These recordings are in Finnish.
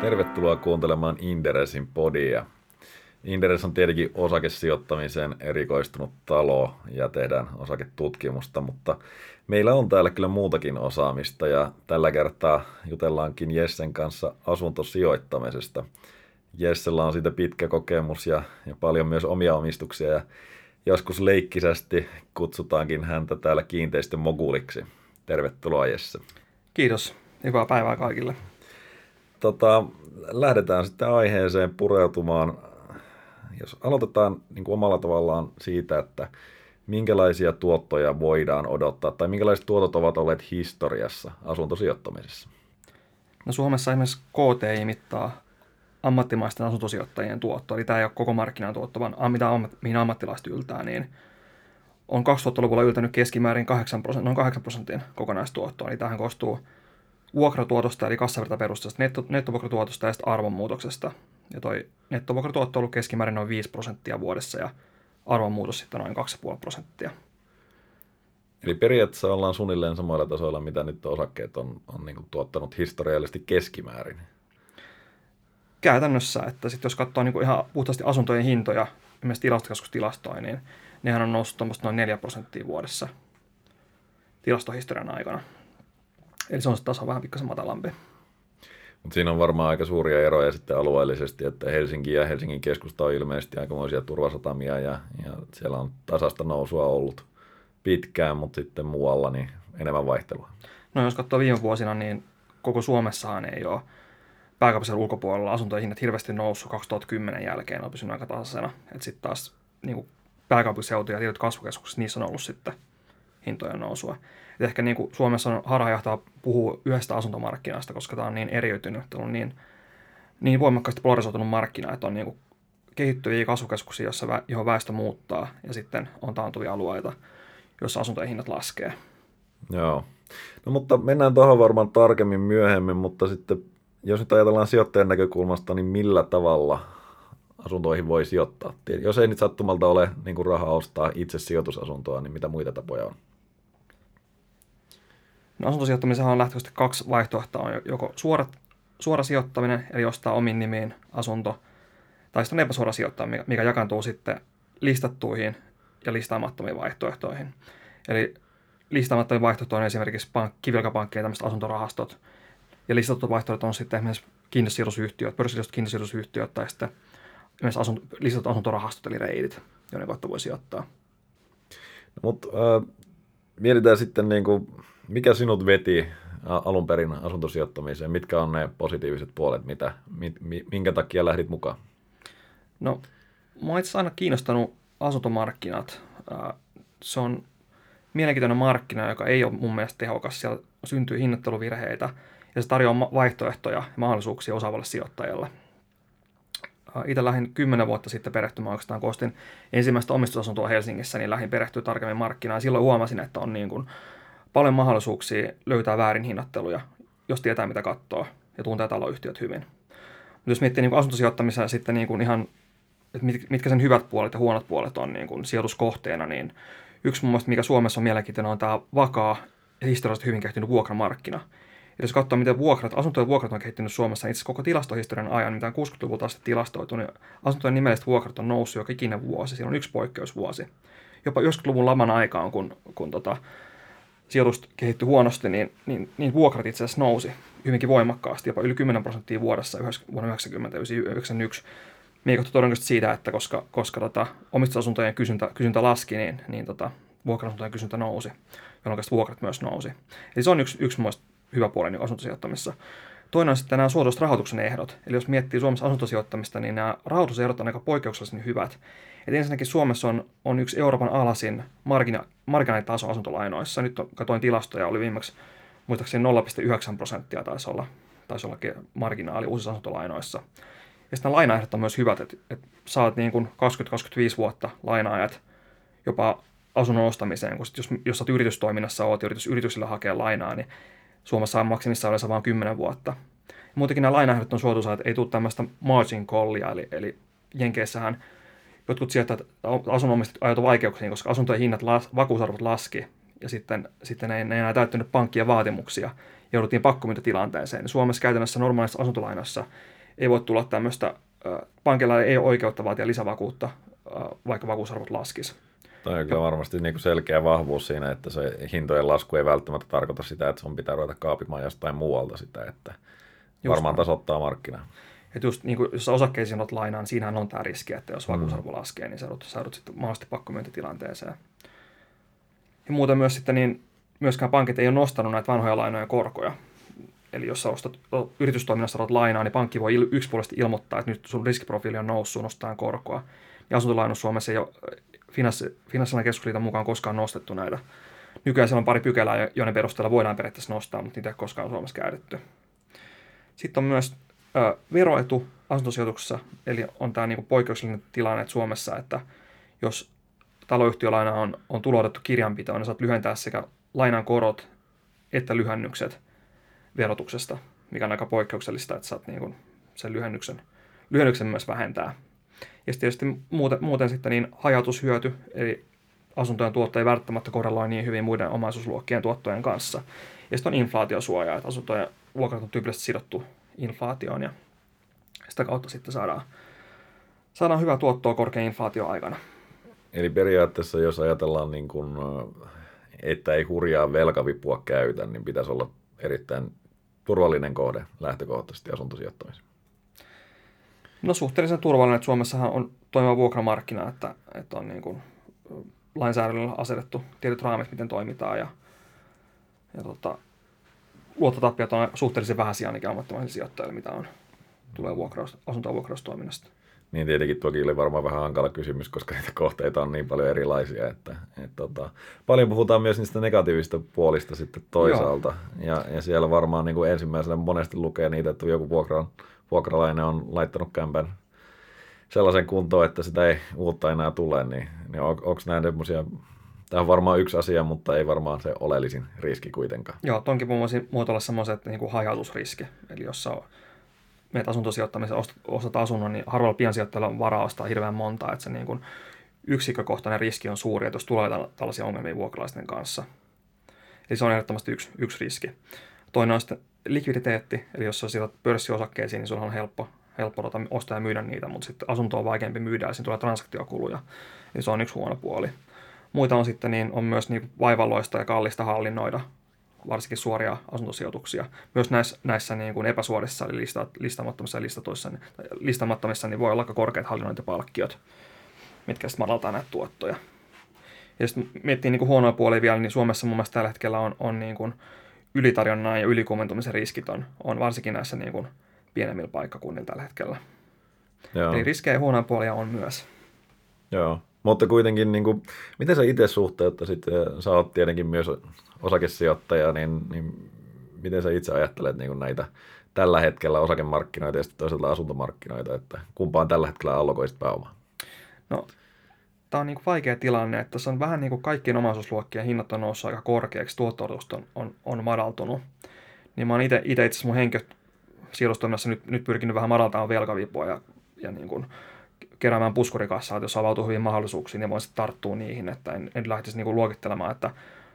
Tervetuloa kuuntelemaan Inderesin podia. Inderes on tietenkin osakesijoittamiseen erikoistunut talo ja tehdään osaketutkimusta, mutta meillä on täällä kyllä muutakin osaamista ja tällä kertaa jutellaankin Jessen kanssa asuntosijoittamisesta. Jessellä on siitä pitkä kokemus ja paljon myös omia omistuksia ja joskus leikkisästi kutsutaankin häntä täällä kiinteistömoguliksi. Tervetuloa Jesse. Kiitos. Hyvää päivää kaikille. Lähdetään sitten aiheeseen pureutumaan. Jos aloitetaan niin kuin omalla tavallaan siitä, että minkälaisia tuottoja voidaan odottaa tai minkälaiset tuotot ovat olleet historiassa asuntosijoittamisessa? No Suomessa esimerkiksi KTI mittaa ammattimaisten asuntosijoittajien tuotto, eli tämä ei ole koko markkinan tuotto, vaan mihin ammattilaiset yltää, niin on 2000-luvulla yltänyt keskimäärin noin 8% kokonaistuottoa. Eli tähän koostuu vuokratuotosta eli kassavirtaperusteista nettovuokratuotosta ja sitten arvonmuutoksesta. Ja toi nettovuokratuotto on ollut keskimäärin noin 5% vuodessa ja arvonmuutos sitten noin 2,5%. Eli periaatteessa ollaan suunnilleen samoilla tasoilla, mitä nyt osakkeet on niin kuin tuottanut historiallisesti keskimäärin. Käytännössä, että sitten jos katsoo niin kuin ihan puhtaasti asuntojen hintoja, esimerkiksi tilastokeskus tilastoi, niin nehän on noussut noin 4% vuodessa tilastohistorian aikana. Eli se on se taso vähän pikkasen matalampi. Mutta siinä on varmaan aika suuria eroja sitten alueellisesti, että Helsinki ja Helsingin keskusta on ilmeisesti aikamoisia turvasatamia ja siellä on tasasta nousua ollut pitkään, mutta sitten muualla niin enemmän vaihtelua. No jos katsoo viime vuosina, niin koko Suomessahan ei ole pääkaupunkiseudun ulkopuolella asuntojen hinnat hirveästi noussut 2010 jälkeen, on pysynyt aika tasaisena. Että sitten taas niin pääkaupunkiseutu ja tietyt kasvukeskukset, niissä on ollut sitten hintojen nousua. Et ehkä niin kuin Suomessa on harhaanjohtaa puhua yhdestä asuntomarkkinasta, koska tämä on niin eriytynyt, on niin voimakkaasti polarisoitunut markkina, että on niin kuin kehittyviä kasvukeskuksia, johon väestö muuttaa, ja sitten on taantuvia alueita, joissa asuntojen hinnat laskee. Joo. No mutta mennään tuohon varmaan tarkemmin myöhemmin, mutta sitten jos nyt ajatellaan sijoittajan näkökulmasta, niin millä tavalla asuntoihin voi sijoittaa? Jos ei nyt sattumalta ole niin kuin rahaa ostaa itse sijoitusasuntoa, niin mitä muita tapoja on? No asuntosijoittamisessa on lähtökohtaisesti kaksi vaihtoehtoa. On joko suora sijoittaminen, eli ostaa omin nimiin asunto, tai sitten on epäsuora sijoittaminen, mikä jakaantuu sitten listattuihin ja listaamattomiin vaihtoehtoihin. Eli listaamattomia vaihtoehtoja on esimerkiksi kivijalkapankkeja ja tämmöiset asuntorahastot. Ja listatut vaihtoehdot on sitten esimerkiksi kiinteistösijoitusyhtiöt, pörssilistatut kiinteistösijoitusyhtiöt tai sitten listatut asuntorahastot eli reitit, joiden kautta voi sijoittaa. No, mutta mietitään sitten, niin kuin, mikä sinut veti alun perin asuntosijoittamiseen? Mitkä on ne positiiviset puolet, minkä takia lähdit mukaan? No, mä oon itse aina kiinnostanut asuntomarkkinat. Se on mielenkiintoinen markkina, joka ei ole mun mielestä tehokas. Siellä syntyy hinnoitteluvirheitä ja se tarjoaa vaihtoehtoja ja mahdollisuuksia osaavalle sijoittajalle. Itse lähdin 10 vuotta sitten perehtymään oikeastaan, kun ostin ensimmäistä omistusasuntoa Helsingissä, niin lähdin perehtyä tarkemmin markkinaan. Silloin huomasin, että on niin kuin paljon mahdollisuuksia löytää väärin hinnoitteluja, jos tietää mitä katsoo ja tuntee taloyhtiöt hyvin. Mutta jos miettii niin asuntosijoittamista sitten niin kuin ihan, että mitkä sen hyvät puolet ja huonot puolet on niin kuin sijoituskohteena, niin yksi mun mielestä, mikä Suomessa on mielenkiintoinen, on tämä vakaa ja historiallisesti hyvin kehittynyt vuokramarkkina. Ja jos katsoo, miten asuntojen vuokrat on kehittynyt Suomessa, niin itse asiassa koko tilastohistorian ajan, mitä on 60-luvulta asti tilastoitu, niin asuntojen nimelliset vuokrat on noussut joka ikinen vuosi. Siinä on yksi poikkeusvuosi. Jopa 90-luvun laman aikaan, kun sijoitus kehittyi huonosti, niin vuokrat itse asiassa nousi hyvinkin voimakkaasti, jopa yli 10% vuodessa vuonna 1990-1991. Mikä johtui todennäköisesti siitä, että koska omistusasuntojen kysyntä laski, niin vuokra-asuntojen kysyntä nousi, jolloin vuokrat myös nousi. Eli se on yksi hyvä puoli niin asuntosijoittamisessa. Toinen on sitten nämä suotuiset rahoituksen ehdot. Eli jos miettii Suomessa asuntosijoittamista, niin nämä rahoitusehdot on aika poikkeuksellisen hyvät. Et ensinnäkin Suomessa on yksi Euroopan alhaisin marginaalitaso asuntolainoissa. Nyt katoin tilastoja, oli viimeksi muistaakseni 0,9% taisi olla marginaali uusissa asuntolainoissa. Ja sitten nämä lainaehdot on myös hyvät, että saat niin kuin 20-25 vuotta laina-ajat jopa asunnon ostamiseen, kun jos olet yritystoiminnassa ja yrityksillä hakea lainaa, niin Suomessa on maksimissaan yleensä vain 10 vuotta. Muutenkin nämä lainaehdot on suotuisaa, että ei tule tämmöistä margin callia, eli Jenkeissähän jotkut sijoittajat asunnonomistajat ajoivat vaikeuksiin, koska asuntojen hinnat, vakuusarvot laski, ja sitten ne ei enää täyttänyt pankkien vaatimuksia, jouduttiin pakkomyyntitilanteeseen. Suomessa käytännössä normaalissa asuntolainassa ei voi tulla tämmöistä, pankilla ei ole oikeutta vaatia lisävakuutta, vaikka vakuusarvot laskisi. Tämä on kyllä varmasti niin kuin selkeä vahvuus siinä, että se hintojen lasku ei välttämättä tarkoita sitä, että sun pitää ruveta kaapimaan jostain muualta sitä, että varmaan tasoittaa markkinaa. Että just niin kuin, jos osakkeisiin olet lainaan, niin siinähän on tämä riski, että jos vakuusarvo laskee, niin sä joudut sitten mahdollisesti pakkomyyntitilanteeseen. Ja muuten myös sitten, niin myöskään pankit ei ole nostanut näitä vanhoja lainojen korkoja. Eli jos sä ostat yritystoiminnassa olet lainaa, niin pankki voi yksipuolisesti ilmoittaa, että nyt sun riskiprofiili on noussut, nostetaan korkoa. Ja asuntolainus Suomessa ei ole Finanssialan keskusliiton mukaan koskaan nostettu näitä. Nykyään siellä on pari pykälää, joiden perusteella voidaan periaatteessa nostaa, mutta niitä ei ole koskaan Suomessa käytetty. Sitten on myös veroetu asuntosijoituksessa, eli on tämä niinku poikkeuksellinen tilanne Suomessa, että jos taloyhtiölaina on tuloutettu kirjanpitoon, niin saat lyhentää sekä lainan korot että lyhennykset verotuksesta, mikä on aika poikkeuksellista, että saat niinku sen lyhennyksen myös vähentää. Ja sitten muuten sitten niin hajautushyöty, eli asuntojen tuotto ei välttämättä korreloi niin hyvin muiden omaisuusluokkien tuottojen kanssa. Ja sitten on inflaatiosuoja, että asuntojen vuokrat on tyypillisesti sidottu inflaatioon, ja sitä kautta sitten saadaan hyvää tuottoa korkean inflaation aikana. Eli periaatteessa, jos ajatellaan, niin kuin, että ei hurjaa velkavipua käytä, niin pitäisi olla erittäin turvallinen kohde lähtökohtaisesti asuntosijoittamiseen. No suhteellisen turvallinen, että Suomessahan on toimiva vuokramarkkina, että on niin kuin lainsäädännöllä asetettu tietyt raamit, miten toimitaan, ja luottotappiot on suhteellisen vähäisiä ainakin ammattimaisille sijoittajille, mitä tulee asunto- ja vuokraustoiminnasta. Niin tietenkin toki oli varmaan vähän hankala kysymys, koska niitä kohteita on niin paljon erilaisia, että paljon puhutaan myös niistä negatiivista puolista sitten toisaalta. Ja siellä varmaan niin kuin ensimmäisenä monesti lukee niitä, että joku vuokralainen on laittanut kämpän sellaisen kuntoon, että sitä ei uutta enää tule, niin onko nämä semmoisia, tämä on varmaan yksi asia, mutta ei varmaan se oleellisin riski kuitenkaan. Joo, tonkin voisi muotoilla semmoisen, että niin kuin hajautusriski, eli jos sä menet asuntosijoittamiseen, ostat asunnon, niin harvalla piensijoittajalla on varaa ostaa hirveän monta, että se niin kuin yksikkökohtainen riski on suuri, että jos tulee tällaisia ongelmia vuokralaisten kanssa. Eli se on ehdottomasti yksi riski. Toinen on sitten likviditeetti, eli jos sä sijoitat pörssiosakkeisiin, niin sulla on helppo ostaa ja myydä niitä, mutta sitten asunto on vaikeampi myydä, ja siinä tulee transaktiokuluja, eli se on yksi huono puoli. Muita on sitten, niin on myös niin vaivalloista ja kallista hallinnoida, varsinkin suoria asuntosijoituksia. Myös näissä niin kuin epäsuorissa, eli listaamattomissa ja listaamattomissa, niin voi olla aika korkeat hallinnointipalkkiot, mitkä sitten madaltaa näitä tuottoja. Ja sitten miettii niin kuin huonoja puolia vielä, niin Suomessa mun mielestä tällä hetkellä on niin kuin ylitarjonnan ja ylikuumentumisen riskit on varsinkin näissä niin kuin pienemmillä paikkakunnilla tällä hetkellä. Joo. Eli riskejä ja huonoja puolia on myös. Joo, mutta kuitenkin, niin kuin, miten sä itse suhteuttaisit, sä oot tietenkin myös osakesijoittaja, niin miten sä itse ajattelet niin kuin näitä tällä hetkellä osakemarkkinoita ja sitten toisaalta asuntomarkkinoita, että kumpaan tällä hetkellä allokoisit pääomaa? No, tämä on niin kuin vaikea tilanne, että se on vähän niin kuin kaikkien omaisuusluokkien hinnat on noussut aika korkeaksi, tuotto-odotus on madaltunut. Niin mä oon itse asiassa mun sijoitustoiminnassa nyt pyrkinyt vähän madaltamaan velkavipua ja niin kuin keräämään puskurikassaa, että jos avautuu hyvin mahdollisuuksiin, niin voin sitten tarttua niihin, että en lähtisi niin kuin luokittelemaan, että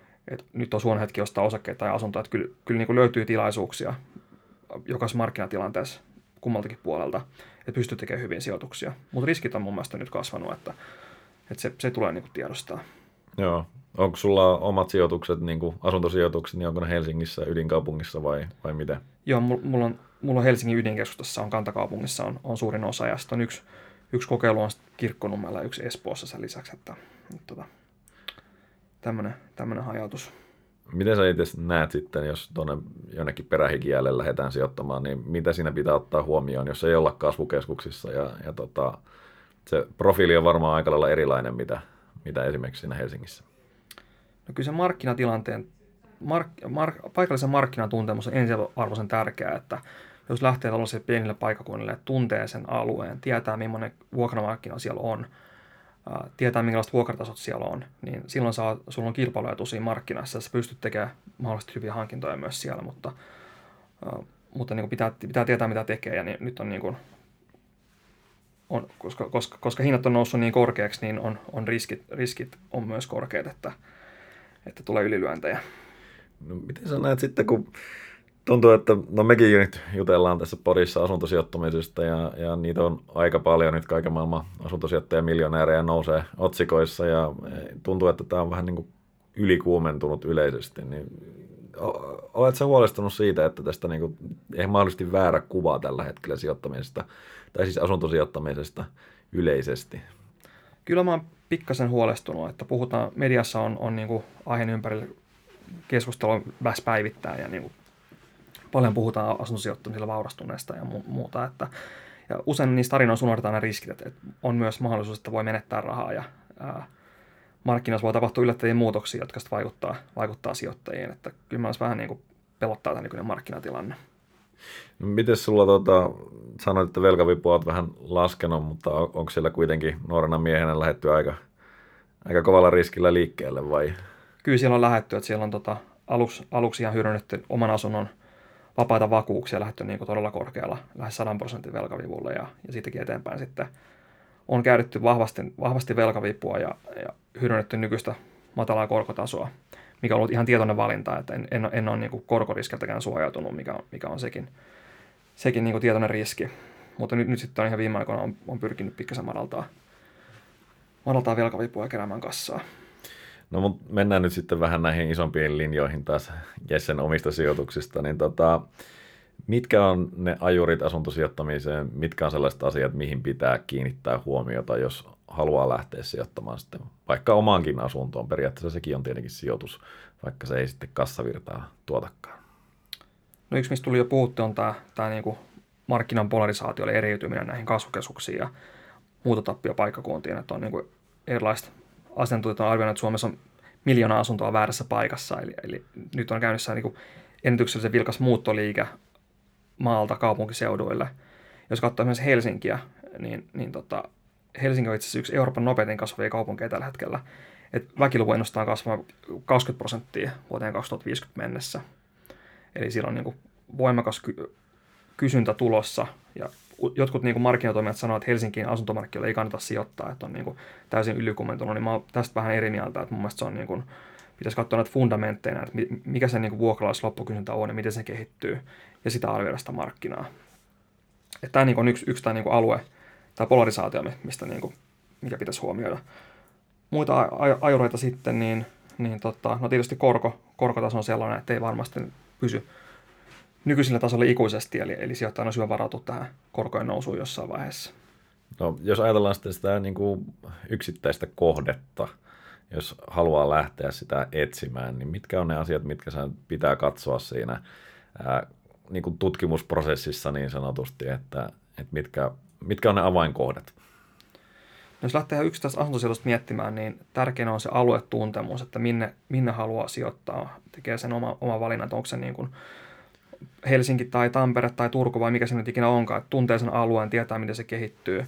nyt on huono hetki ostaa osakkeita tai asuntoa, että kyllä niin kuin löytyy tilaisuuksia jokaisessa markkinatilanteessa kummaltakin puolelta, että pystyy tekemään hyvin sijoituksia. Mutta riskit on mun mielestä nyt kasvanut, että se tulee niin kuin tiedostaa. Joo. Onko sulla omat sijoitukset, niin kuin asuntosijoitukset, niin onko ne Helsingissä, ydinkaupungissa vai miten? Joo, mulla on Helsingin ydinkeskustassa, on kantakaupungissa on suurin osa, ja sitten on yksi kokeilu on Kirkkonummella ja yksi Espoossa sen lisäksi, että tämmöinen hajautus. Miten sä itse näet sitten, jos tuonne jonnekin perähikiälle lähdetään sijoittamaan, niin mitä siinä pitää ottaa huomioon, jos ei olla kasvukeskuksissa ja se profiili on varmaan aika lailla erilainen, mitä esimerkiksi siinä Helsingissä? No kyllä se markkinatilanteen, paikallisen markkinan tuntemus on ensiarvoisen tärkeää, että jos lähtee tällaisille pienille paikkakunnille, että tuntee sen alueen, tietää millainen vuokramarkkina siellä on, tietää minkälaiset vuokratasot siellä on, niin silloin sulla on kilpailuetu siinä markkinassa, ja sä pystyt tekemään mahdollisesti hyviä hankintoja myös siellä, mutta niin kuin pitää tietää mitä tekee, ja nyt on niin kuin, koska hinnat on noussut niin korkeaksi, niin on riskit on myös korkeat, että tulee ylilyöntejä. No, miten sä näet sitten, kun Tuntuu, että no mekin nyt jutellaan tässä podissa asuntosijoittamisesta ja niitä on aika paljon nyt kaiken maailman asuntosijoittajia miljonäärejä nousee otsikoissa ja tuntuu, että tämä on vähän niin kuin ylikuumentunut yleisesti. Niin, oletko huolestunut siitä, että tästä niin kuin, ei mahdollisesti väärä kuva tällä hetkellä sijoittamisesta, tai siis asuntosijoittamisesta yleisesti? Kyllä mä oon pikkasen huolestunut, että puhutaan, mediassa on niin kuin aiheen ympärillä keskustelua lähes päivittäin ja niin kuin paljon puhutaan asuntosijoittamisella vaurastuneesta ja muuta. Ja usein niissä tarinoissa unohdetaan ne riskit, että on myös mahdollisuus, että voi menettää rahaa ja markkinoissa voi tapahtua yllättäviä muutoksia, jotka vaikuttaa sijoittajiin. Että kyllä mä vähän niin kuin pelottaa tämä nykyinen markkinatilanne. No, miten sulla sanoit, että velkavipua olet vähän laskenut, mutta onko siellä kuitenkin nuorena miehenä lähdetty aika kovalla riskillä liikkeelle vai? Kyllä siellä on lähdetty, että siellä on aluksi ihan hyödynnetty oman asunnon vapaita vakuuksia, lähdetty niin kuin todella korkealla, lähes 100% velkavivulla ja siitäkin eteenpäin sitten on käytetty vahvasti velkavipua ja hyödynnetty nykyistä matalaa korkotasoa, mikä on ollut ihan tietoinen valinta, että en ole niin kuin korkoriskeltäkään suojautunut, mikä on sekin niin kuin tietoinen riski. Mutta nyt sitten on ihan viime aikoina on pyrkinyt pikkasen madaltaa velkavipua ja keräämään kassaa. No mutta mennään nyt sitten vähän näihin isompiin linjoihin taas Jessen omista sijoituksista, niin mitkä on ne ajurit asuntosijoittamiseen, mitkä on sellaiset asiat, mihin pitää kiinnittää huomiota, jos haluaa lähteä sijoittamaan sitten vaikka omaankin asuntoon. Periaatteessa sekin on tietenkin sijoitus, vaikka se ei sitten kassavirtaa tuotakaan. No yksi, mistä tuli jo puhuttu, on tämä niin kuin markkinan polarisaatio, eli eriytyminen näihin kasvukeskuksiin ja muuttotappiopaikkakuntiin, että on niin kuin erilaiset asiantuntijat on arvioinut, että Suomessa on 1 miljoona asuntoa väärässä paikassa, eli nyt on käynnissä niin kuin ennätyksellisen vilkas muuttoliike maalta kaupunkiseuduille. Jos katsoo esimerkiksi Helsinkiä, niin Helsinki on itse asiassa yksi Euroopan nopeiten kasvavia kaupunkeja tällä hetkellä. Et väkiluku ennustaa kasvaa 20% vuoteen 2050 mennessä. Eli siellä on niin kuin voimakas kysyntä tulossa. Ja jotkut niin kuin markkinatoimijat sanovat, että Helsinkiin asuntomarkkinoille ei kannata sijoittaa, että on niin kuin täysin ylikuumentunut. Niin mä oon tästä vähän eri mieltä, että mun mielestä se on niin kuin, pitäisi katsoa näitä fundamentteina, että mikä se niin kuin vuokralaisloppukysyntä on ja miten se kehittyy, ja sitä arvioida sitä markkinaa. Että tämä niin on yksi tämä niin kuin alue, tämä polarisaatio, mikä pitäisi huomioida. Muita ajureita sitten, no tietysti korkotaso on sellainen, että ei varmasti pysy nykyisellä tasolla ikuisesti, eli sijoittajan on syö varautua tähän korkojen nousuun jossain vaiheessa. No, jos ajatellaan sitten sitä niin kuin yksittäistä kohdetta, jos haluaa lähteä sitä etsimään, niin mitkä on ne asiat, mitkä sen pitää katsoa siinä niin kuin tutkimusprosessissa niin sanotusti, että mitkä on ne avainkohdat? No, jos lähtee yksittäistä asuntosijoitusta miettimään, niin tärkeänä on se aluetuntemus, että minne haluaa sijoittaa, tekee sen oma valinnan, että onko se niin kuin Helsinki tai Tampere tai Turku vai mikä se nyt ikinä onkaan, että tuntee sen alueen, tietää miten se kehittyy,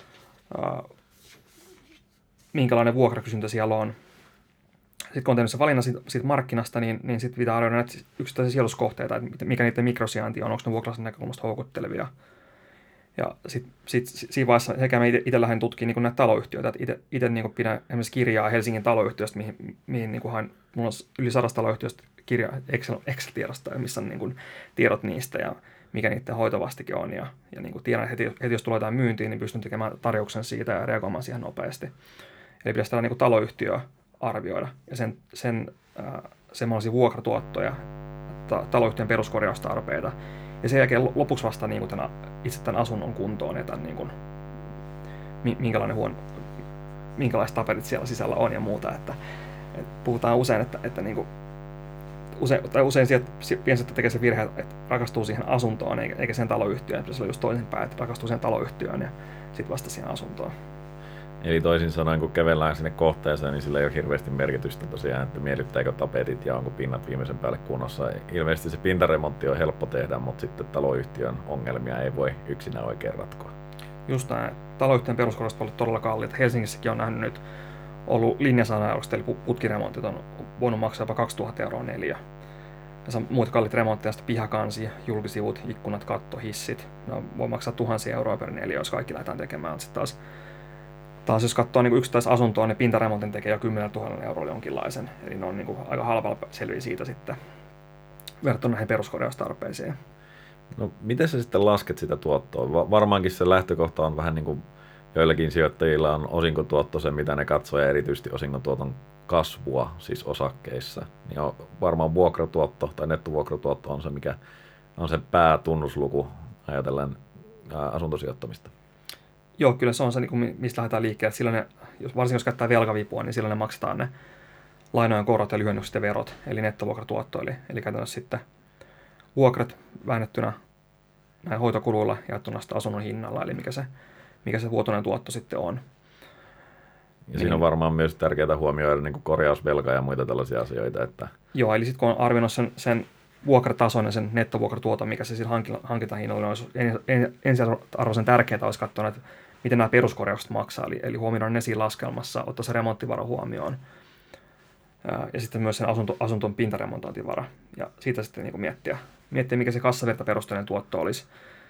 minkälainen vuokrakysyntä siellä on. Sitten kun on tehnyt se valinnan siitä markkinasta, niin sitten pitää arvioida näitä yksittäisiä sijoituskohteita, että mikä niiden mikrosijainti on, onko ne vuokralaisen näkökulmasta houkuttelevia. Ja sitten siinä vaiheessa sekä mä itse lähden tutkimaan niin näitä taloyhtiöitä, että itse niin pidän esimerkiksi kirjaa Helsingin taloyhtiöstä, mihin niin hain, mulla on yli 100 taloyhtiöstä kirja Excel-tiedosta, missä on niin tiedot niistä ja mikä niiden hoitovastike on. Ja niin tiedän, että heti jos tulee jotain myyntiin, niin pystyn tekemään tarjouksen siitä ja reagoimaan siihen nopeasti. Eli pitäisi tällä niin taloyhtiöä arvioida ja sen vuokratuottoja, taloyhtiön peruskorjaustarpeita. Ja sen jälkeen lopuksi vasta niin itse tämän asunnon kuntoon ja tämän, niin minkälaiset tapetit siellä sisällä on ja muuta. Että puhutaan usein, että niin kuin, usein pienset tekee se virhe, että rakastuu siihen asuntoon eikä sen taloyhtiöön. Pitäisi olla just toisinpäin, että rakastuu siihen taloyhtiöön ja sitten vasta siihen asuntoon. Eli toisin sanoen, kun kävellään sinne kohteeseen, niin sillä ei ole hirveästi merkitystä tosiaan, että miellyttääkö tapetit ja onko pinnat viimeisen päälle kunnossa. Ilmeisesti se pintaremontti on helppo tehdä, mutta sitten taloyhtiön ongelmia ei voi yksinä oikein ratkoa. Just näin. Taloyhtiön peruskorjaukset ovat todella kalliita. Helsingissäkin on nähnyt nyt ollut linjasanaerokset, eli putkiremontit on voinut maksaa jopa 2000 € neliö. Ja muut kalliit remontteja, pihakansi, julkisivut, ikkunat, katto, hissit. Ne voi maksaa 1000 € per neliö, jos kaikki lähdetään tekemään. Sitten taas jos katsoo niin yksittäisasuntoa, niin pintaremontin tekee jo 10 000 € jonkinlaisen. Eli ne on niin kuin aika halvalla selviä siitä sitten. verrattuna näihin peruskorjaustarpeisiin. No, miten sä sitten lasket sitä tuottoa? Varmaankin se lähtökohta on vähän niin kuin joillakin sijoittajilla on osinkotuotto se, mitä ne katsoo, ja erityisesti osinkotuoton kasvua siis osakkeissa. Niin on varmaan vuokratuotto tai nettovuokratuotto on se, mikä on se päätunnusluku ajatellen asuntosijoittamista. Joo, kyllä se on se, mistä lähdetään liikkeelle. Silloin varsinkin jos käyttää velkavipua, niin silloin ne maksetaan ne lainojen korot ja lyhennykset ja verot, eli nettovuokratuotto, eli käytännössä sitten vuokrat väännettynä näin hoitokuluilla jaettuna sitten asunnon hinnalla, eli mikä se vuotuinen tuotto sitten on. Ja siinä on varmaan myös tärkeää huomioida niin kuin korjausvelka ja muita tällaisia asioita. Että... Joo, eli sitten kun on arvioinut sen vuokratason ja sen nettovuokratuoton, mikä se sillä hankintahinnalla olisi ensiarvoisen tärkeää olisi katsoa, että miten nämä peruskorjaukset maksaa, eli huomioida ne siinä laskelmassa, ottaa se remonttivara huomioon. Ja sitten myös sen asunton pintaremontointivara. Ja siitä sitten niin kuin miettiä, mikä se kassavirtaperusteinen tuotto olisi.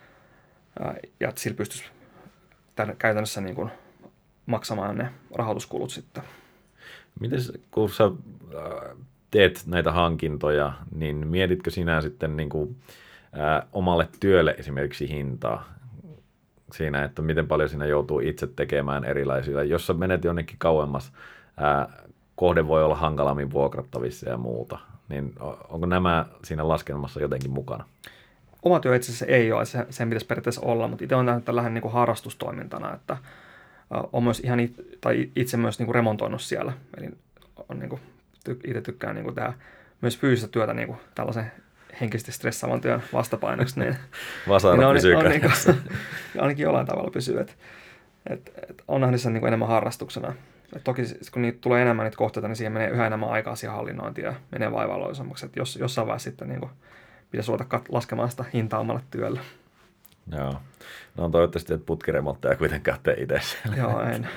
Ja että sillä pystyisi käytännössä niin kuin maksamaan ne rahoituskulut sitten. Miten kun sä teet näitä hankintoja, niin mietitkö sinä sitten niin kuin, omalle työlle esimerkiksi hintaa siinä, että miten paljon siinä joutuu itse tekemään erilaisia. Jos sä menet jonnekin kauemmas, kohde voi olla hankalammin vuokrattavissa ja muuta, niin onko nämä siinä laskelmassa jotenkin mukana? Oma työ itse asiassa ei ole, sen pitäisi periaatteessa olla, mutta itse olen nähnyt tämän lähden niin kuin harrastustoimintana, että olen myös ihan itse myös niin kuin remontoinut siellä, eli on niin kuin, itse tykkään niin kuin tehdä myös fyysistä työtä niin kuin tällaisen henkisesti stressaavan työn vastapainoksi, niin, Vasara pysyy niin ainakin jollain tavalla pysyy, että on nähnyt sen niin kuin enemmän harrastuksena. Et toki kun niitä tulee enemmän niitä kohteita, niin siihen menee yhä enemmän aikaa siihen hallinnointiin ja menee vaivalloisemmaksi, että jossain vaiheessa sitten niin kuin pitäisi ruveta laskemaan sitä hintaa omalle työlle. Joo. No toivottavasti, että putkiremontteja kuitenkaan tee itse siellä. Joo, en.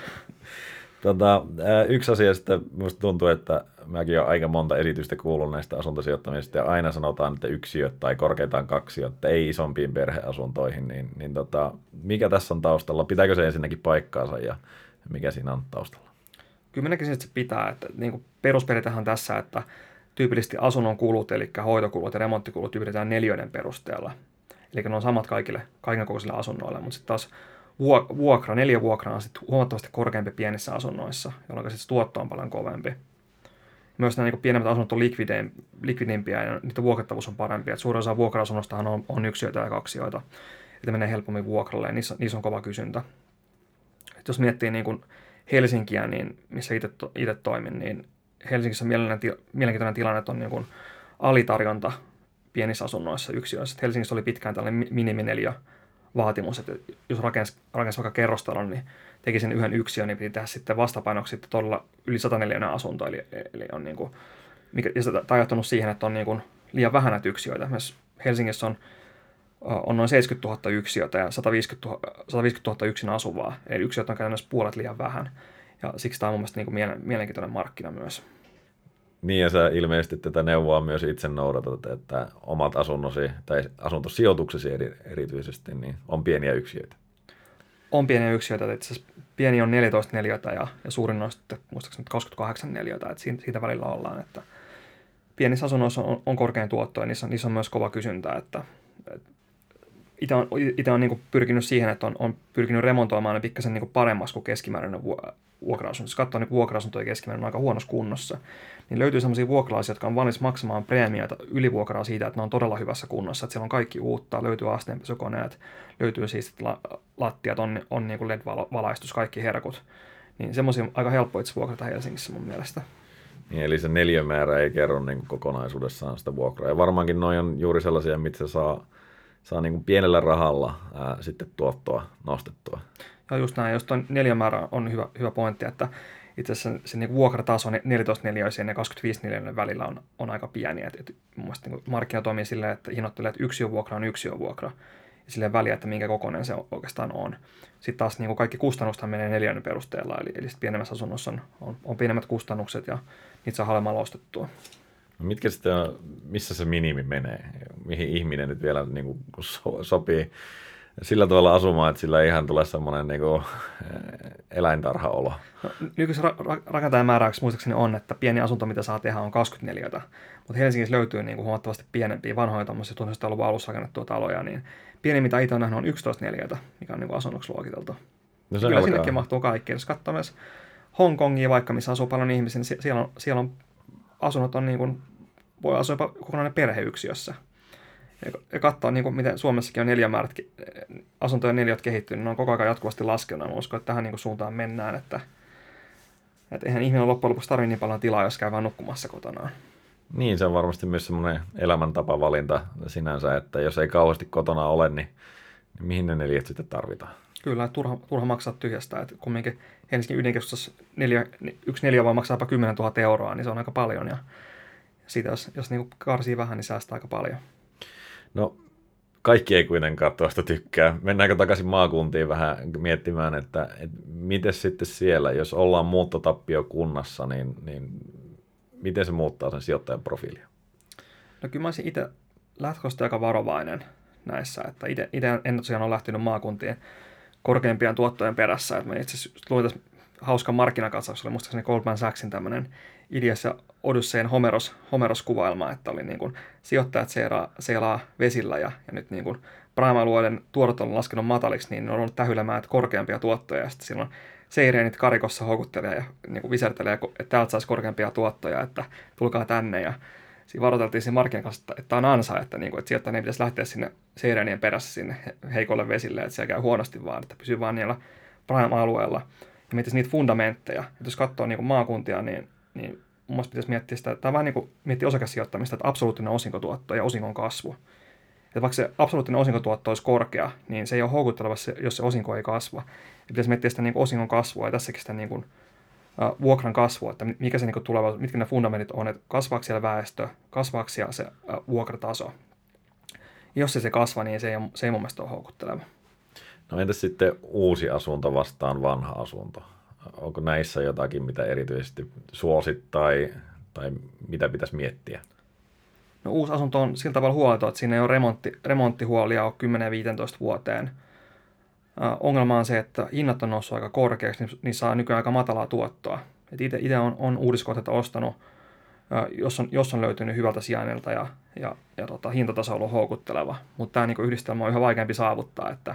Yksi asia sitten minusta tuntuu, että mäkin olen aika monta esitystä kuullut näistä asuntosijoittamisista ja aina sanotaan, että yksiöt tai korkeintaan kaksiöt, että ei isompiin perheasuntoihin, niin mikä tässä on taustalla? Pitääkö se ensinnäkin paikkaansa ja mikä siinä on taustalla? Kyllä mä näkisin, että se pitää. Että niin kuin perusperiaattehan tässä, että tyypillisesti asunnon kulut, eli hoitokulut ja remonttikulut yhdetään neliöiden perusteella. Eli ne on samat kaiken kokoisille asunnoille, mutta sitten taas neliövuokra on sitten huomattavasti korkeampi pienissä asunnoissa, jolloin sitten tuotto on paljon kovempi. Myös nämä niin pienemmät asunnot on likvidimpiä ja niiden vuokrattavuus on parempi. Et suurin osa vuokra-asunnostahan on yksiöitä ja kaksioita, että menee helpommin vuokralle ja niissä on kova kysyntä. Et jos miettii niin kuin Helsinkiä, niin missä itse toimin, niin Helsingissä on mielenkiintoinen tilanne, että on niin kuin alitarjonta pienissä asunnoissa yksiöissä. Et Helsingissä oli pitkään tällainen minimineliö vaatimus, että jos rakensi vaikka kerrostalon, niin teki sen yhden yksiön, niin piti tehdä sitten vastapainoksi sitten todella yli 104 asunto. Eli on niin kuin, ja se on ajattanut siihen, että on niin kuin liian vähän näitä yksiöitä. Myös Helsingissä on noin 70 000 yksiötä ja 150 000 yksin asuvaa. Eli yksiöt on käytännössä puolet liian vähän. Ja siksi tämä on mun mielestä niin kuin mielenkiintoinen markkina myös. Niin, ja sä ilmeisesti tätä neuvoa myös itse noudatat, että omat asunnosi tai asuntosijoituksesi erityisesti niin on pieniä yksiöitä. On pieniä yksiöitä, itse asiassa pieni on 14 neliötä ja suurin on sitten muistaakseni 28 neliötä, että siitä välillä ollaan. Että pienissä asunnoissa on korkein tuotto ja niissä on myös kova kysyntä. Että itse on niin kuin pyrkinyt siihen, että on pyrkinyt remontoimaan ne pikkasen niin kuin paremmaksi kuin keskimääräinen vuokra-asunto. Jos katsoo niin vuokra-asuntoja keskimäärin on aika huonossa kunnossa, niin löytyy sellaisia vuokralaisia, jotka on valmis maksamaan preemioita ylivuokraa siitä, että ne on todella hyvässä kunnossa. Että siellä on kaikki uutta, löytyy asteenpesukoneet, löytyy siis lattiat, on niin kuin LED-valaistus, kaikki herkut. Niin semmoisia aika helppo itse vuokrata Helsingissä mun mielestä. Niin, eli se neliömäärä ei kerro niin kuin kokonaisuudessaan sitä vuokraa. Ja varmaankin noi on juuri sellaisia, mitä saa niin kuin pienellä rahalla sitten tuottoa nostettua. Joo, just näin. Jos tuo neliömäärä on hyvä pointti, että itse asiassa se niin vuokrataso 14 neliöisiä ja 25 neliöiden välillä on aika pieni. Mun mielestä niin markkina toimii silleen, että hinnoittelee, että yksiövuokra on yksiövuokra. Ja silleen väliä, että minkä kokoinen se oikeastaan on. Sitten taas niin kaikki kustannukset menee neliöiden perusteella, eli pienemmässä asunnossa on pienemmät kustannukset ja niitä saa halvemmalla ostettua. No mitkä sitten on, missä se minimi menee? Mihin ihminen nyt vielä niin kuin sopii sillä tavalla asumaan, että sillä ei ihan tule semmoinen niinku eläintarhaolo. No, nykyisen rakentajan määräyksessä muistaakseni on, että pieni asunto, mitä saa tehdä, on 24, mutta Helsingissä löytyy niin kuin huomattavasti pienempiä vanhoja 1900-luvun alussa rakennettua taloja, niin pieni, mitä itse on nähnyt, on 11 neliötä, mikä on niin kuin asunnoksi luokiteltu. No se kyllä sinnekin mahtuu kaikki. Jos katsoo myös Hongkongia vaikka, missä asuu paljon ihmisiä, niin siellä on asunnot on niin kuin, voi asua jopa kokonainen perheyksiössä. Ja katsoa, niin kuin, miten Suomessakin on asuntojen neliöt kehittynyt, niin ne on koko ajan jatkuvasti laskenut. Mä uskon, että tähän niin kuin suuntaan mennään, että eihän ihminen loppujen lopuksi tarvitse niin paljon tilaa, jos käy vaan nukkumassa kotonaan. Niin, se on varmasti myös semmoinen elämäntapavalinta sinänsä, että jos ei kauheasti kotona ole, niin mihin ne neliöt sitten tarvitaan? Kyllä, turha maksaa tyhjästä. Että kumminkin Helsingin ydinkeskustassa yksi neliö voi maksaa jopa 10 000 euroa, niin se on aika paljon. Ja siitä, jos niin karsii vähän, niin säästää aika paljon. No, kaikki ei kuitenkaan tuosta tykkää. Mennäänkö takaisin maakuntiin vähän miettimään, että miten sitten siellä, jos ollaan muuttotappiokunnassa, niin miten se muuttaa sen sijoittajan profiilia? No kyllä mä olisin itse lähtökohtaisesti aika varovainen näissä, että itse en tosiaan ole lähtenyt maakuntien korkeimpien tuottojen perässä. Että mä itse asiassa luin tässä hauskan markkinakatsaus, oli muistaakseni Goldman Sachsin tämmöinen Ilias ja Odyssein Homeros-kuvailma, että oli niin kuin sijoittajat seilaa vesillä ja nyt niin kuin prime-alueiden tuotot on laskenut mataliksi, niin ne on ollut tähyilemään korkeampia tuottoja ja sitten silloin seireenit karikossa houkuttelee ja niin kuin visertelee, että täältä saisi korkeampia tuottoja, että tulkaa tänne ja siinä varoiteltiin siinä markkinan kanssa, että tämä on ansa, että sieltä ei pitäisi lähteä sinne seireenien perässä sinne heikolle vesille, että siellä käy huonosti vaan, että pysyy vaan niillä prime-alueella. Ja miettisi niitä fundamentteja. Että jos katsoo niin kuin maakuntia, niin mun mielestä pitäisi miettiä sitä, tai vähän niin kuin miettiä osakesijoittamista, että absoluuttinen osinkotuotto ja osingon kasvu. Että vaikka se absoluuttinen osinkotuotto olisi korkea, niin se ei ole houkutteleva, jos se osinko ei kasva. Ja pitäisi miettiä sitä niin kuin osingon kasvua ja tässäkin sitä niin kuin vuokran kasvua, että mikä se niin tuleva, mitkä ne fundamentit on, että kasvaako siellä väestö, kasvaako siellä se vuokrataso. Jos se kasvaa, niin se ei mun mielestä ole houkutteleva. No entäs sitten uusi asunto vastaan vanha asunto? Onko näissä jotakin, mitä erityisesti suosit tai mitä pitäisi miettiä? No uusi asunto on sillä tavalla huoleton, että siinä ei ole remonttihuolia ole 10-15 vuoteen. Ongelma on se, että hinnat on noussut aika korkeaksi, niin saa nykyään aika matalaa tuottoa. Itse on uudiskohteita ostanut, jos on löytynyt hyvältä sijainnilta ja hintataso on ollut houkutteleva. Mutta tämä niin yhdistelmä on yhä vaikeampi saavuttaa, että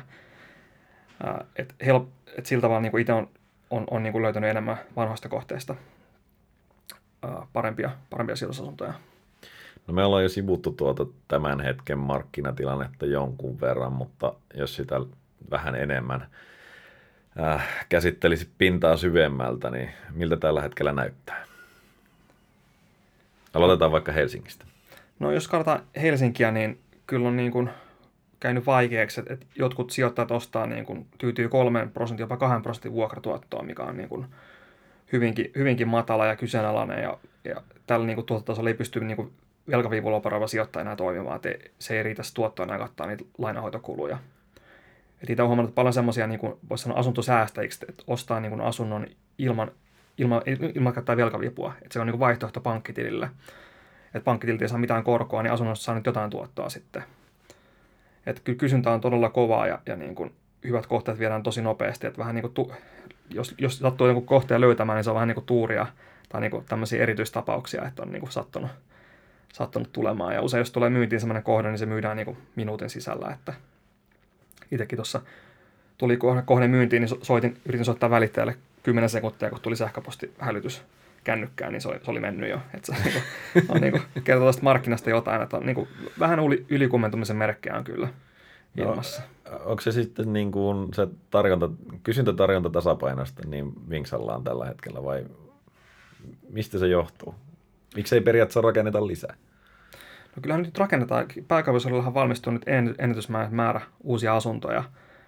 sillä tavalla niin itse on niin löytänyt enemmän vanhoista kohteista parempia sijoitusasuntoja. No me ollaan jo sivuttu tuota tämän hetken markkinatilannetta jonkun verran, mutta jos sitä vähän enemmän käsittelisi pintaa syvemmältä, niin miltä tällä hetkellä näyttää? Aloitetaan vaikka Helsingistä. No jos katsotaan Helsinkiä, niin kyllä on niin kuin käynyt vaikeaksi, että jotkut sijoittajat ostaa niin kuin, tyytyy 3%, jopa 2% vuokratuottoa, mikä on niin kuin hyvinkin matala ja kyseenalainen, ja tällä niin kuin tuottotasolla ei pysty niin kuin velkaviivulla operoiva sijoittaja enää toimimaan, että se ei riitä se tuottoa enää kattaa niitä lainahoitokuluja. Et itse on huomannut paljon semmoisia, niin kuin voisi sanoa asuntosäästäjiksi, että ostaa niin kuin asunnon ilman käyttää velkavipua, että se on niin kuin vaihtoehto pankkitilille. Että pankkitililtä ei saa mitään korkoa, niin asunnosta saa nyt jotain tuottoa sitten. Että kyllä kysyntä on todella kovaa ja niin kuin hyvät kohteet viedään tosi nopeasti. Että vähän niin kuin jos sattuu jonkun kohteen löytämään, niin se on vähän niin kuin tuuria tai niin kuin tämmöisiä erityistapauksia, että on niin kuin sattunut tulemaan. Ja usein jos tulee myyntiin sellainen kohde, niin se myydään niin kuin minuutin sisällä. Että itsekin tuossa tuli kohde myyntiin, niin yritin soittaa välittäjälle 10 sekuntia, kun tuli sähköpostihälytys kännykkään, niin se oli mennyt jo. Että se on niin kuin, kertoo tästä markkinasta jotain, että on niin kuin, vähän ylikuumentumisen merkkejä on kyllä ilmassa. No, onko se sitten niin kuin se kysyntä-tarjonta tasapainosta niin vinksallaan tällä hetkellä vai mistä se johtuu? Miksi ei periaatteessa rakenneta lisää? No kyllähän nyt rakennetaan. Pääkaupunkiseudullahan valmistuu nyt ennätysmäärä uusia asuntoja.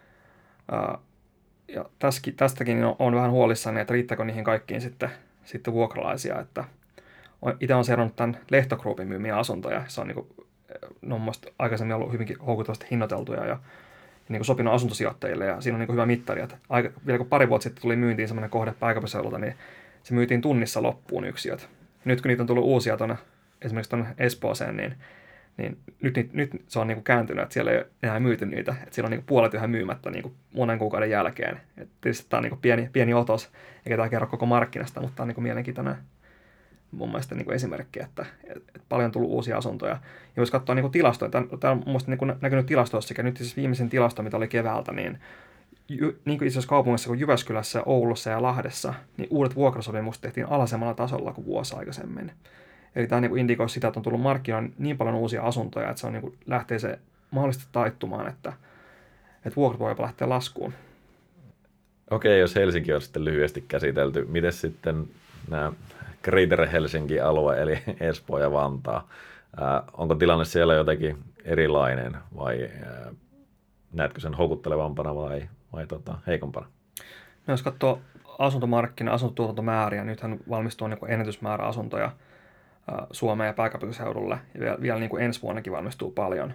Ja tästäkin on vähän huolissani, että riittääkö niihin kaikkiin sitten vuokralaisia. Että itse olen seurannut tämän Lehto Groupin myymiä asuntoja. Se on, ne on aikaisemmin ollut hyvinkin houkutavasti hinnoiteltuja ja niin kuin sopinut asuntosijoittajille. Ja siinä on niin kuin hyvä mittari. Että vielä kun pari vuotta sitten tuli myyntiin sellainen kohde pääkaupunkiseudulta, niin se myytiin tunnissa loppuun yksiöt. Nyt kun niitä on tullut uusia esimerkiksi tuonne Espooseen, niin Niin nyt se on niin kuin kääntynyt, että siellä ei ole enää myyty niitä. Että siellä on niin kuin puolet yhä myymättä niin kuin monen kuukauden jälkeen. Et tietysti tämä on niin kuin pieni otos, eikä tämä kerro koko markkinasta, mutta tämä on niin kuin mielenkiintoinen mun mielestä niin kuin esimerkki, että paljon on tullut uusia asuntoja. Ja jos katsoo niin kuin tilastoja, tämä on mun mielestä niin kuin näkynyt tilastoissa, sekä nyt siis viimeisen tilasto, mitä oli keväältä, niin niin kuin itse asiassa kaupungissa kuin Jyväskylässä, Oulussa ja Lahdessa, niin uudet vuokrasopimukset tehtiin alhaisemmalla tasolla kuin vuosi aikaisemmin. Eli tämä niin indikoi sitä, että on tullut markkinoille niin paljon uusia asuntoja, että se on niin kuin, lähtee se mahdollisesti taittumaan, että vuokrat voi jopa lähteä laskuun. Okei, jos Helsinki on sitten lyhyesti käsitelty, miten sitten nämä Greater Helsinki-alue, eli Espoo ja Vantaa, onko tilanne siellä jotenkin erilainen vai näetkö sen houkuttelevampana vai heikompana? No, jos katsoo asuntotuotantomääriä, nythän valmistuu niin kuin ennätysmäärä asuntoja Suomeen ja pääkaupunkiseudulle, ja vielä niin kuin ensi vuonnakin valmistuu paljon.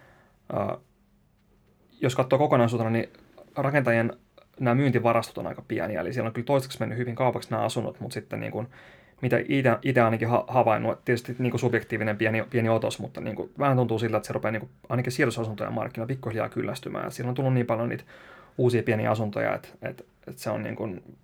Jos katsoo kokonaisuutena, niin rakentajien nämä myyntivarastot on aika pieniä, eli siellä on kyllä toistaiseksi mennyt hyvin kaupaksi nämä asunnot, mutta sitten niin kuin, mitä itse ainakin havainnut, tietysti niin kuin subjektiivinen pieni otos, mutta niin kuin, vähän tuntuu siltä, että se rupeaa niin kuin, ainakin sijoitusasuntojen markkinoilla pikkuhiljaa kyllästymään. Siellä on tullut niin paljon niitä uusia pieniä asuntoja, että se on niin kuin,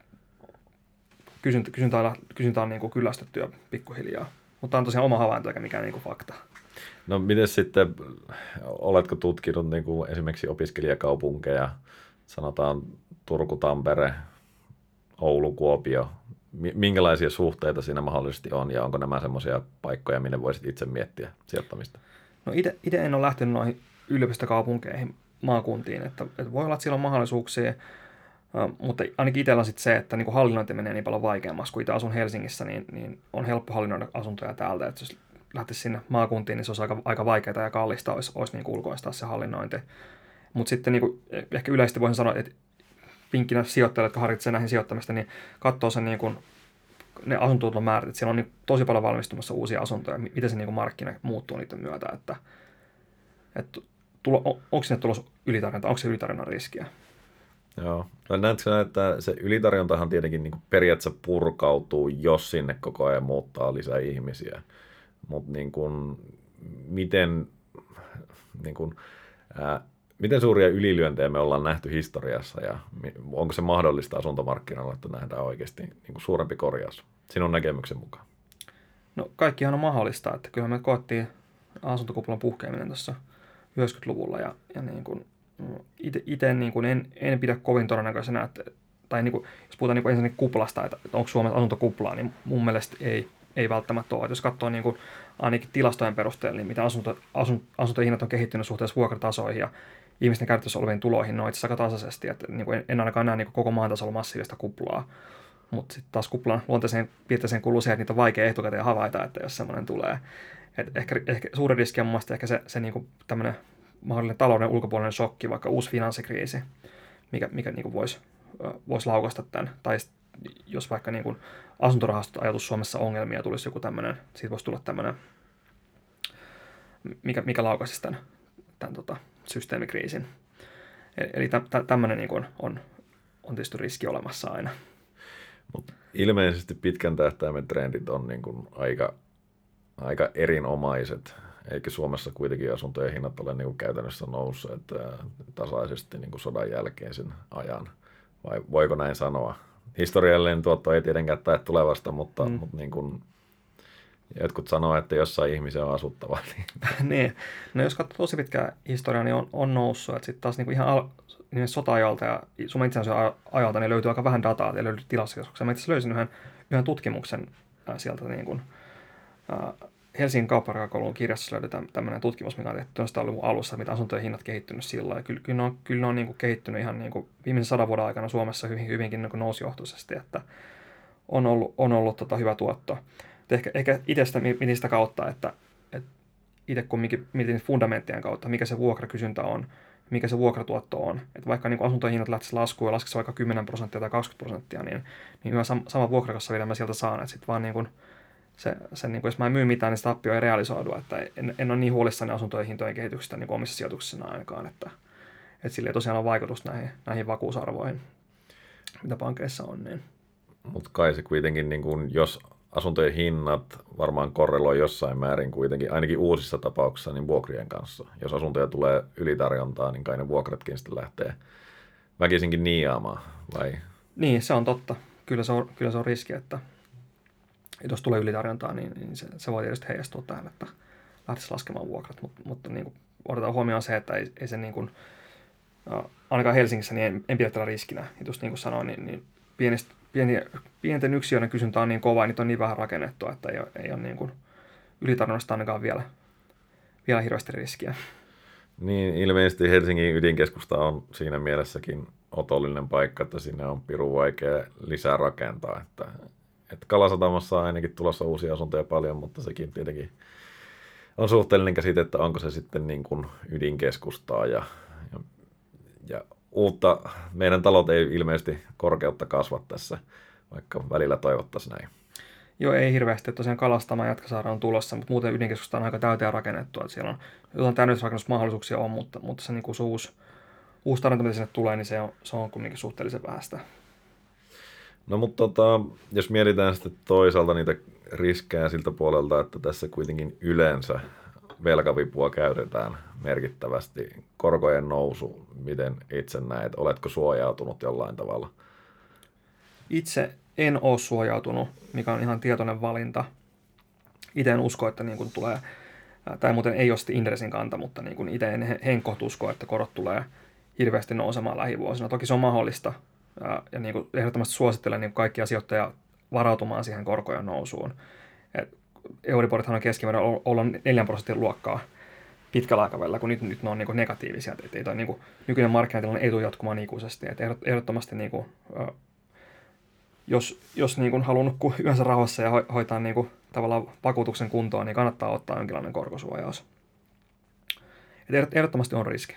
kysyntä on niin kuin kyllästettyä pikkuhiljaa. Mutta on tosiaan oma havainto eikä mikään niin kuin fakta. No miten sitten, oletko tutkinut niin kuin esimerkiksi opiskelijakaupunkeja, sanotaan Turku, Tampere, Oulu, Kuopio, minkälaisia suhteita siinä mahdollisesti on ja onko nämä semmoisia paikkoja, minne voisit itse miettiä sijoittamista? No itse en ole lähtenyt noihin yliopistokaupunkeihin, maakuntiin, että voi olla, että siellä on mahdollisuuksia, mutta ainakin itsellä on sitten se, että niin hallinnointi menee niin paljon vaikeammaksi, kun itse asun Helsingissä, niin on helppo hallinnoida asuntoja täältä, että jos lähtisi sinne maakuntiin, niin se olisi aika vaikeaa ja kallista olisi niin ulkoistaa se hallinnointi. Mutta sitten niin kuin, ehkä yleisesti voisin sanoa, että vinkkinä sijoittajille, jotka harkitsevat näihin sijoittamista, niin katsoo sen niin kuin, ne asuntotuotantomäärät, että siellä on niin tosi paljon valmistumassa uusia asuntoja, miten se niin kuin markkina muuttuu niiden myötä, että onko sinne tulossa ylitarjonta, onko se ylitarjonnan riskiä? Joo. Näetkö sinä, että se ylitarjontahan tietenkin niin kuin periaatteessa purkautuu, jos sinne koko ajan muuttaa lisää ihmisiä. Mutta niin miten suuria ylilyöntejä me ollaan nähty historiassa ja onko se mahdollista asuntomarkkinoilla, että nähdään oikeasti niin kuin suurempi korjaus sinun näkemyksen mukaan? No kaikkihan on mahdollista, että kyllähän me koettiin asuntokuplan puhkeaminen tuossa 90-luvulla ja niin kuin itse niin kuin en pidä kovin todennäköisenä, että, tai niin kuin, jos puhutaan niin kuin ensinnäkin kuplasta, että onko Suomessa asuntokuplaa, niin mun mielestä ei välttämättä ole. Että jos katsoo niin kuin, ainakin tilastojen perusteella, niin mitä asuntojen hinnat on kehittynyt suhteessa vuokratasoihin ja ihmisten käytettävissä oleviin tuloihin, no itse asiassa aika tasaisesti. Että, niin kuin en ainakaan näe niin kuin koko maan tasolla massiivista kuplaa. Mutta sitten taas kuplan luonteeseen piirteeseen kuuluu se, että niitä on vaikea etukäteen havaita, että jos semmoinen tulee. Et ehkä suuri riski on mun mielestä ehkä se niin kuin tämmöinen mahdollinen talouden ulkopuolinen shokki, vaikka uusi finanssikriisi, mikä niin kuin voisi laukaista tämän. Tai jos vaikka niin kuin asuntorahastot ajatus Suomessa ongelmia, tulisi joku tämmöinen, siitä voisi tulla tämmöinen, mikä laukaisisi tämän systeemikriisin. Eli tämmöinen niin kuin on tietysti riski olemassa aina. Mut ilmeisesti pitkän tähtäimen trendit on niin kuin aika erinomaiset. Eikä Suomessa kuitenkin asuntojen hinnat ole niin kuin käytännössä nousseet tasaisesti niin kuin sodan jälkeen sen ajan. Vai voiko näin sanoa? Historiallinen tuotto ei tietenkään tae tulevasta, mutta niin kuin jotkut sanoo, että jossain ihmisen on asuttava. Niin. No jos katsoo tosi pitkää historiaa, niin on noussut. Että sitten taas niin kuin ihan niin sota-ajalta ja Suomen itsenäisyyden ajalta niin löytyy aika vähän dataa ja löytyy tilastokeskuksia. Mä itse asiassa löysin yhden tutkimuksen sieltä niin kuin, Helsingin kauppakorkeakoulun kirjastossa löydetään tämmöinen tutkimus, mikä on tehty 1900-luvun alussa, mitä asuntojen hinnat kehittynyt silloin. Ja kyllä ne on niin kuin kehittynyt ihan niin kuin viimeisen 100 vuoden aikana Suomessa hyvinkin niin kuin nousujohtoisesti, että on ollut hyvä tuotto. Ehkä itsestä mietin sitä kautta, että itse kumminkin mietin fundamenttien kautta, mikä se vuokrakysyntä on, mikä se vuokratuotto on. Että vaikka niin asuntojen hinnat lähtisi laskuun ja laskisi vaikka 10% tai 20%, niin hyvä sama vuokrakassa, mitä mä sieltä saan. Että sitten vaan niin kuin se niin kuin, jos mä en myy mitään, niin se tappio ei realisoidu. Että en ole niin huolissani asuntojen hintojen kehityksestä niin omissa sijoituksissa ainakaan. Että sillä ei tosiaan ole vaikutusta näihin vakuusarvoihin, mitä pankeissa on. Niin. Mutta kai se kuitenkin, niin kun, jos asuntojen hinnat varmaan korreloi jossain määrin kuitenkin, ainakin uusissa tapauksissa, niin vuokrien kanssa. Jos asuntoja tulee ylitarjontaa, niin kai ne vuokratkin sitten lähtee väkisinkin niiaamaan, vai? Niin, se on totta. Kyllä se on riski, että jos tulee ylitarjontaa, niin se voi tietysti heijastua tähän, että lähtisi laskemaan vuokrat, mutta niin kuin otetaan huomioon se, että ei se niin kuin, ainakaan Helsingissä niin en pidä tällä riskinä. Ja just niin kuin sanoin, niin pienten yksiöiden kysyntä on niin kova, ja niitä on niin vähän rakennettua, että ei ole niin kuin ylitarjonnasta ainakaan vielä hirveästi riskiä. Niin, ilmeisesti Helsingin ydinkeskusta on siinä mielessäkin otollinen paikka, että sinne on pirun vaikea lisää rakentaa. Että Kalasatamassa on ainakin tulossa uusia asuntoja paljon, mutta sekin tietenkin on suhteellinen käsite, että onko se sitten niin kuin ydinkeskustaa ja uutta. Meidän talot ei ilmeisesti korkeutta kasva tässä, vaikka välillä toivottaisiin näin. Joo, ei hirveästi. Tosiaan Kalastama ja Jätkäsaari on tulossa, mutta muuten ydinkeskusta on aika täyteen rakennettu. Että siellä on jotain täydennysrakennusmahdollisuuksia mutta se, niin kuin se uusi tarjonta, mitä sinne tulee, niin se on kuitenkin suhteellisen vähäistä. No mutta jos mietitään sitten toisaalta niitä riskejä siltä puolelta, että tässä kuitenkin yleensä velkavipua käytetään merkittävästi. Korkojen nousu, miten itse näet? Oletko suojautunut jollain tavalla? Itse en ole suojautunut, mikä on ihan tietoinen valinta. Itse en usko, että niin kuin tulee, tai muuten ei ole sitten Inderesin kanta, mutta niin kuin itse en henkkoht usko, että korot tulee hirveästi nousemaan lähivuosina. Toki se on mahdollista, ja niin kuin ehdottomasti suosittelen niin kaikkia sijoittajia varautumaan siihen korkojen nousuun. Euriborithan on keskimäärin olla 4% luokkaa pitkällä aikavälillä, kun nyt ne on niin kuin negatiivisia. Ei toi, niin kuin, nykyinen markkinatilanne ei tule jatkumaan ikuisesti. Ehdottomasti, niin kuin, jos niin kuin haluaa nukkua yönsä rauhassa ja hoitaa niin kuin, tavallaan vakuutuksen kuntoon, niin kannattaa ottaa jonkinlainen korkosuojaus. Ehdottomasti on riski.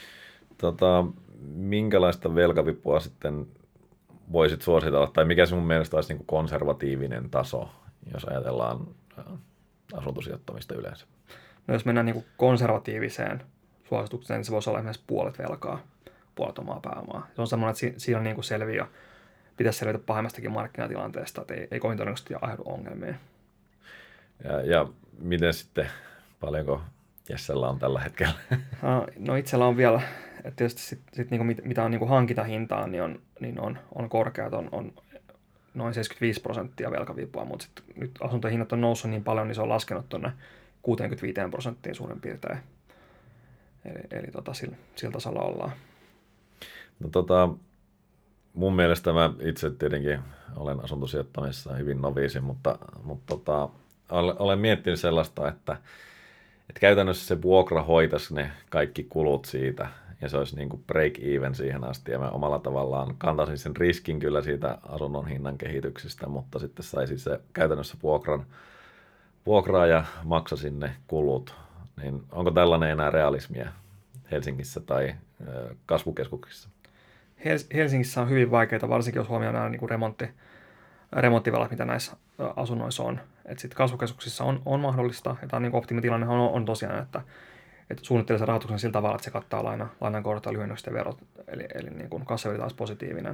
Minkälaista velkavipua sitten voisit suositella, tai mikä sinun mielestä olisi niin kuin konservatiivinen taso, jos ajatellaan asuntosijoittamista yleensä? No jos mennään niin kuin konservatiiviseen suositukseen, niin se voisi olla esimerkiksi puolet velkaa, puolet omaa pääomaa. Se on semmoinen, että siinä on niin kuin selviä, pitäisi selvitä pahemmastakin markkinatilanteesta, että ei kovin todennäköisesti ajaudu ongelmiin. Ja miten sitten, paljonko Jessellä on tällä hetkellä? No itsellä on vielä, että tietysti sit niin kuin mitä on niin kuin hankintahintaa, niin on korkeat, on noin 75% velkavipua, mutta nyt asuntohinnat on noussut niin paljon, niin se on laskenut tuonne 65% suurin piirtein. Eli sillä tasolla ollaan. No mun mielestä mä itse tietenkin olen asuntosijoittamisessa hyvin noviisi, mutta olen miettinyt sellaista, että käytännössä se vuokra hoitaisi ne kaikki kulut siitä, ja se olisi niin kuin break even siihen asti, ja mä omalla tavallaan kantaisin sen riskin kyllä siitä asunnon hinnan kehityksestä, mutta sitten saisin se käytännössä vuokraa ja maksasin ne kulut. Niin onko tällainen enää realismia Helsingissä tai kasvukeskuksissa? Helsingissä on hyvin vaikeaa, varsinkin jos huomioon nämä niin kuin remonttivelat, mitä näissä asunnoissa on. Sitten kasvukeskuksissa on mahdollista, ja tämä niin optimitilanne on tosiaan, että suunnittelee sen rahoituksen sillä tavalla, että se kattaa lainan korot ja lyhennykset ja verot, eli niin kuin kassaviri taas positiivinen.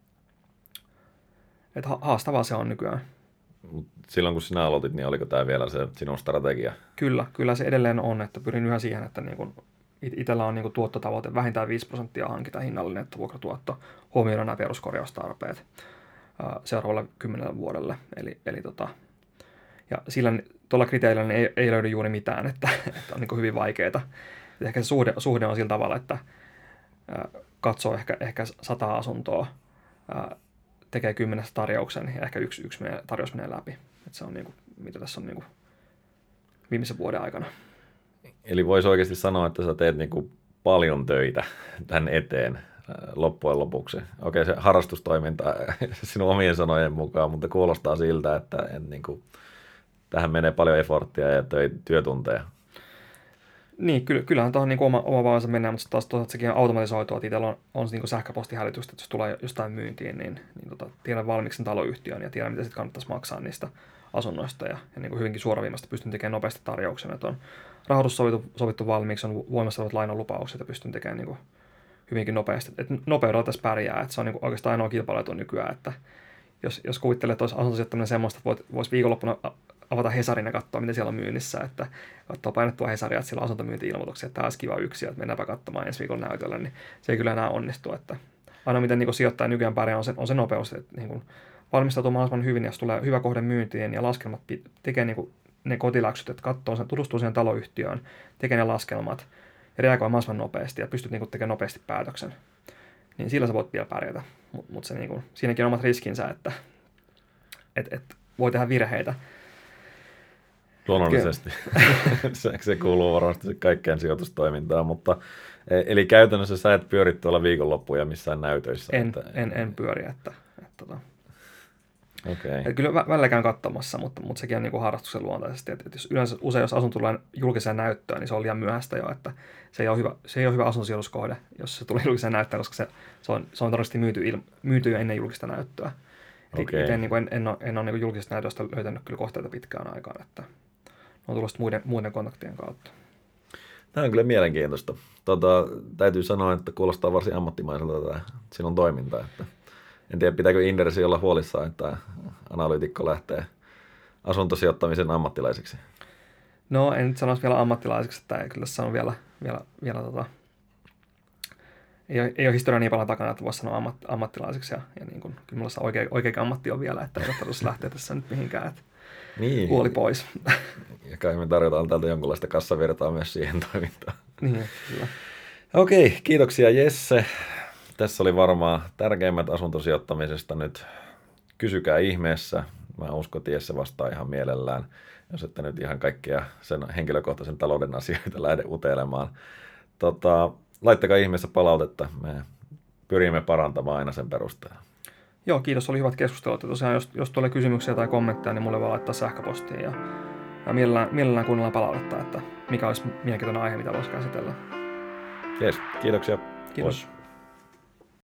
Että haastavaa se on nykyään. Silloin kun sinä aloitit, niin oliko tämä vielä se sinun strategia? Kyllä se edelleen on, että pyrin yhä siihen, että niin kuin itsellä on niin kuin tuottotavoite vähintään 5% hankintahinnallinen nettovuokratuotto, huomioidaan nämä peruskorjaustarpeet seuraavalle 10 vuodelle. Ja tuolla kriteerillä niin ei löydy juuri mitään, että on niin kuin hyvin vaikeaa. Ehkä se suhde on sillä tavalla, että katsoo ehkä 100 asuntoa, tekee 10 tarjouksen ja ehkä yksi tarjous menee läpi. Että se on niin kuin, mitä tässä on niin kuin viimeisen vuoden aikana. Eli voisi oikeasti sanoa, että sä teet niin kuin paljon töitä tämän eteen loppujen lopuksi. Okei, se harrastustoiminta sinun omien sanojen mukaan, mutta kuulostaa siltä, että niin kuin, tähän menee paljon efforttia ja työtunteja. Niin, kyllähän tuohon niin oma vaivansa mennään, mutta taas toisaalta sekin on automatisoitua, että itsellä on niin sähköpostihälytystä, että jos tulee jostain myyntiin, niin tiedän valmiiksi sen taloyhtiön ja tiedän, mitä sitten kannattaisi maksaa niistä asunnoista ja niin kuin hyvinkin suoraviimasta pystyn tekemään nopeasti tarjouksen, että on rahoitus sovittu valmiiksi, on voimassa olevat lainanlupaukset ja pystyn tekemään niin kuin hyvinkin nopeasti. Että nopeudella tässä pärjää, että se on niin kuin oikeastaan ainoa kilpailuetu nykyään, että jos kuvittelee, että olisi asuntosijoittaminen semmoista, että voisi viikonloppuna avata Hesarin ja katsoa, mitä siellä on myynnissä, että ottaa painettua Hesaria, että siellä on asuntomyynti-ilmoituksia, että tämä olisi kiva yksi, että mennäänpä katsomaan ensi viikon näytöllä, niin se ei kyllä enää onnistu. Että aina miten niin sijoittaja nykyään pärjää on se nopeus, että niin valmistautuu mahdollisimman hyvin, jos tulee hyvä kohde myyntiin ja laskelmat tekee niin ne kotiläksyt, että katsoo sen, tutustuu siihen taloyhtiöön, tekee ne laskelmat ja reagoi mahdollisimman nopeasti ja pystyt niin tekemään nopeasti päätöksen. Niin sillä sä voit vielä pärjätä, mutta se, niin siinäkin on omat riskinsä, että voi tehdä virheitä. Luonnollisesti. se kuuluu varmasti kaikkeen sijoitustoimintaan, mutta eli käytännössä sä et pyöri tuolla viikonloppuja missään näytöissä? En pyöri, että Okay. Kyllä välillä käyn katsomassa, mutta sekin on niin kuin harrastuksen luontaisesti. Että jos asunto tulee julkiseen näyttöön, niin se on liian myöhäistä jo, että se ei ole hyvä asuntosijoituskohde, jos se tulee julkiseen näyttöön, koska se on todennäköisesti myyty jo ennen julkista näyttöä. Okay. Itse niin en ole niin julkisesta näytöstä löytänyt kyllä kohteita pitkään aikaan, että on tullut muiden kontaktien kautta. Tämä on kyllä mielenkiintoista. Täytyy sanoa, että kuulostaa varsin ammattimaiselta tämä sinun toiminta. Että en tiedä, pitääkö Indersi olla huolissaan, että analyytikko lähtee asuntosijoittamisen ammattilaiseksi. No, en nyt sanoisi vielä ammattilaiseksi, että kyllä se on vielä ei ole historiaa niin paljon takana, että voisi sanoa ammattilaiseksi. Ja niin kuin, kyllä minulla se oikea ammatti on vielä, että ei tarvitse lähteä tässä nyt mihinkään. Että niin. Huoli pois. Ja kai me tarjotaan täältä jonkunlaista kassavirtaa myös siihen toimintaan. Niin, kyllä. Okei, kiitoksia Jesse. Tässä oli varmaan tärkeimmät asuntosijoittamisesta nyt. Kysykää ihmeessä. Mä uskon, että Jesse vastaa ihan mielellään, jos ette nyt ihan kaikkea sen henkilökohtaisen talouden asioita lähde utelemaan. Laittakaa ihmeessä palautetta. Me pyrimme parantamaan aina sen perusteella. Joo, kiitos. Oli hyvät keskustelut. Ja tosiaan, jos tulee kysymyksiä tai kommentteja, niin mulle voi laittaa sähköpostiin. Ja mielellään kuunnellaan palautetta, että mikä olisi mielenkiintoinen aihe, mitä voisi käsitellä. Jees, kiitoksia. Kiitos. Pois.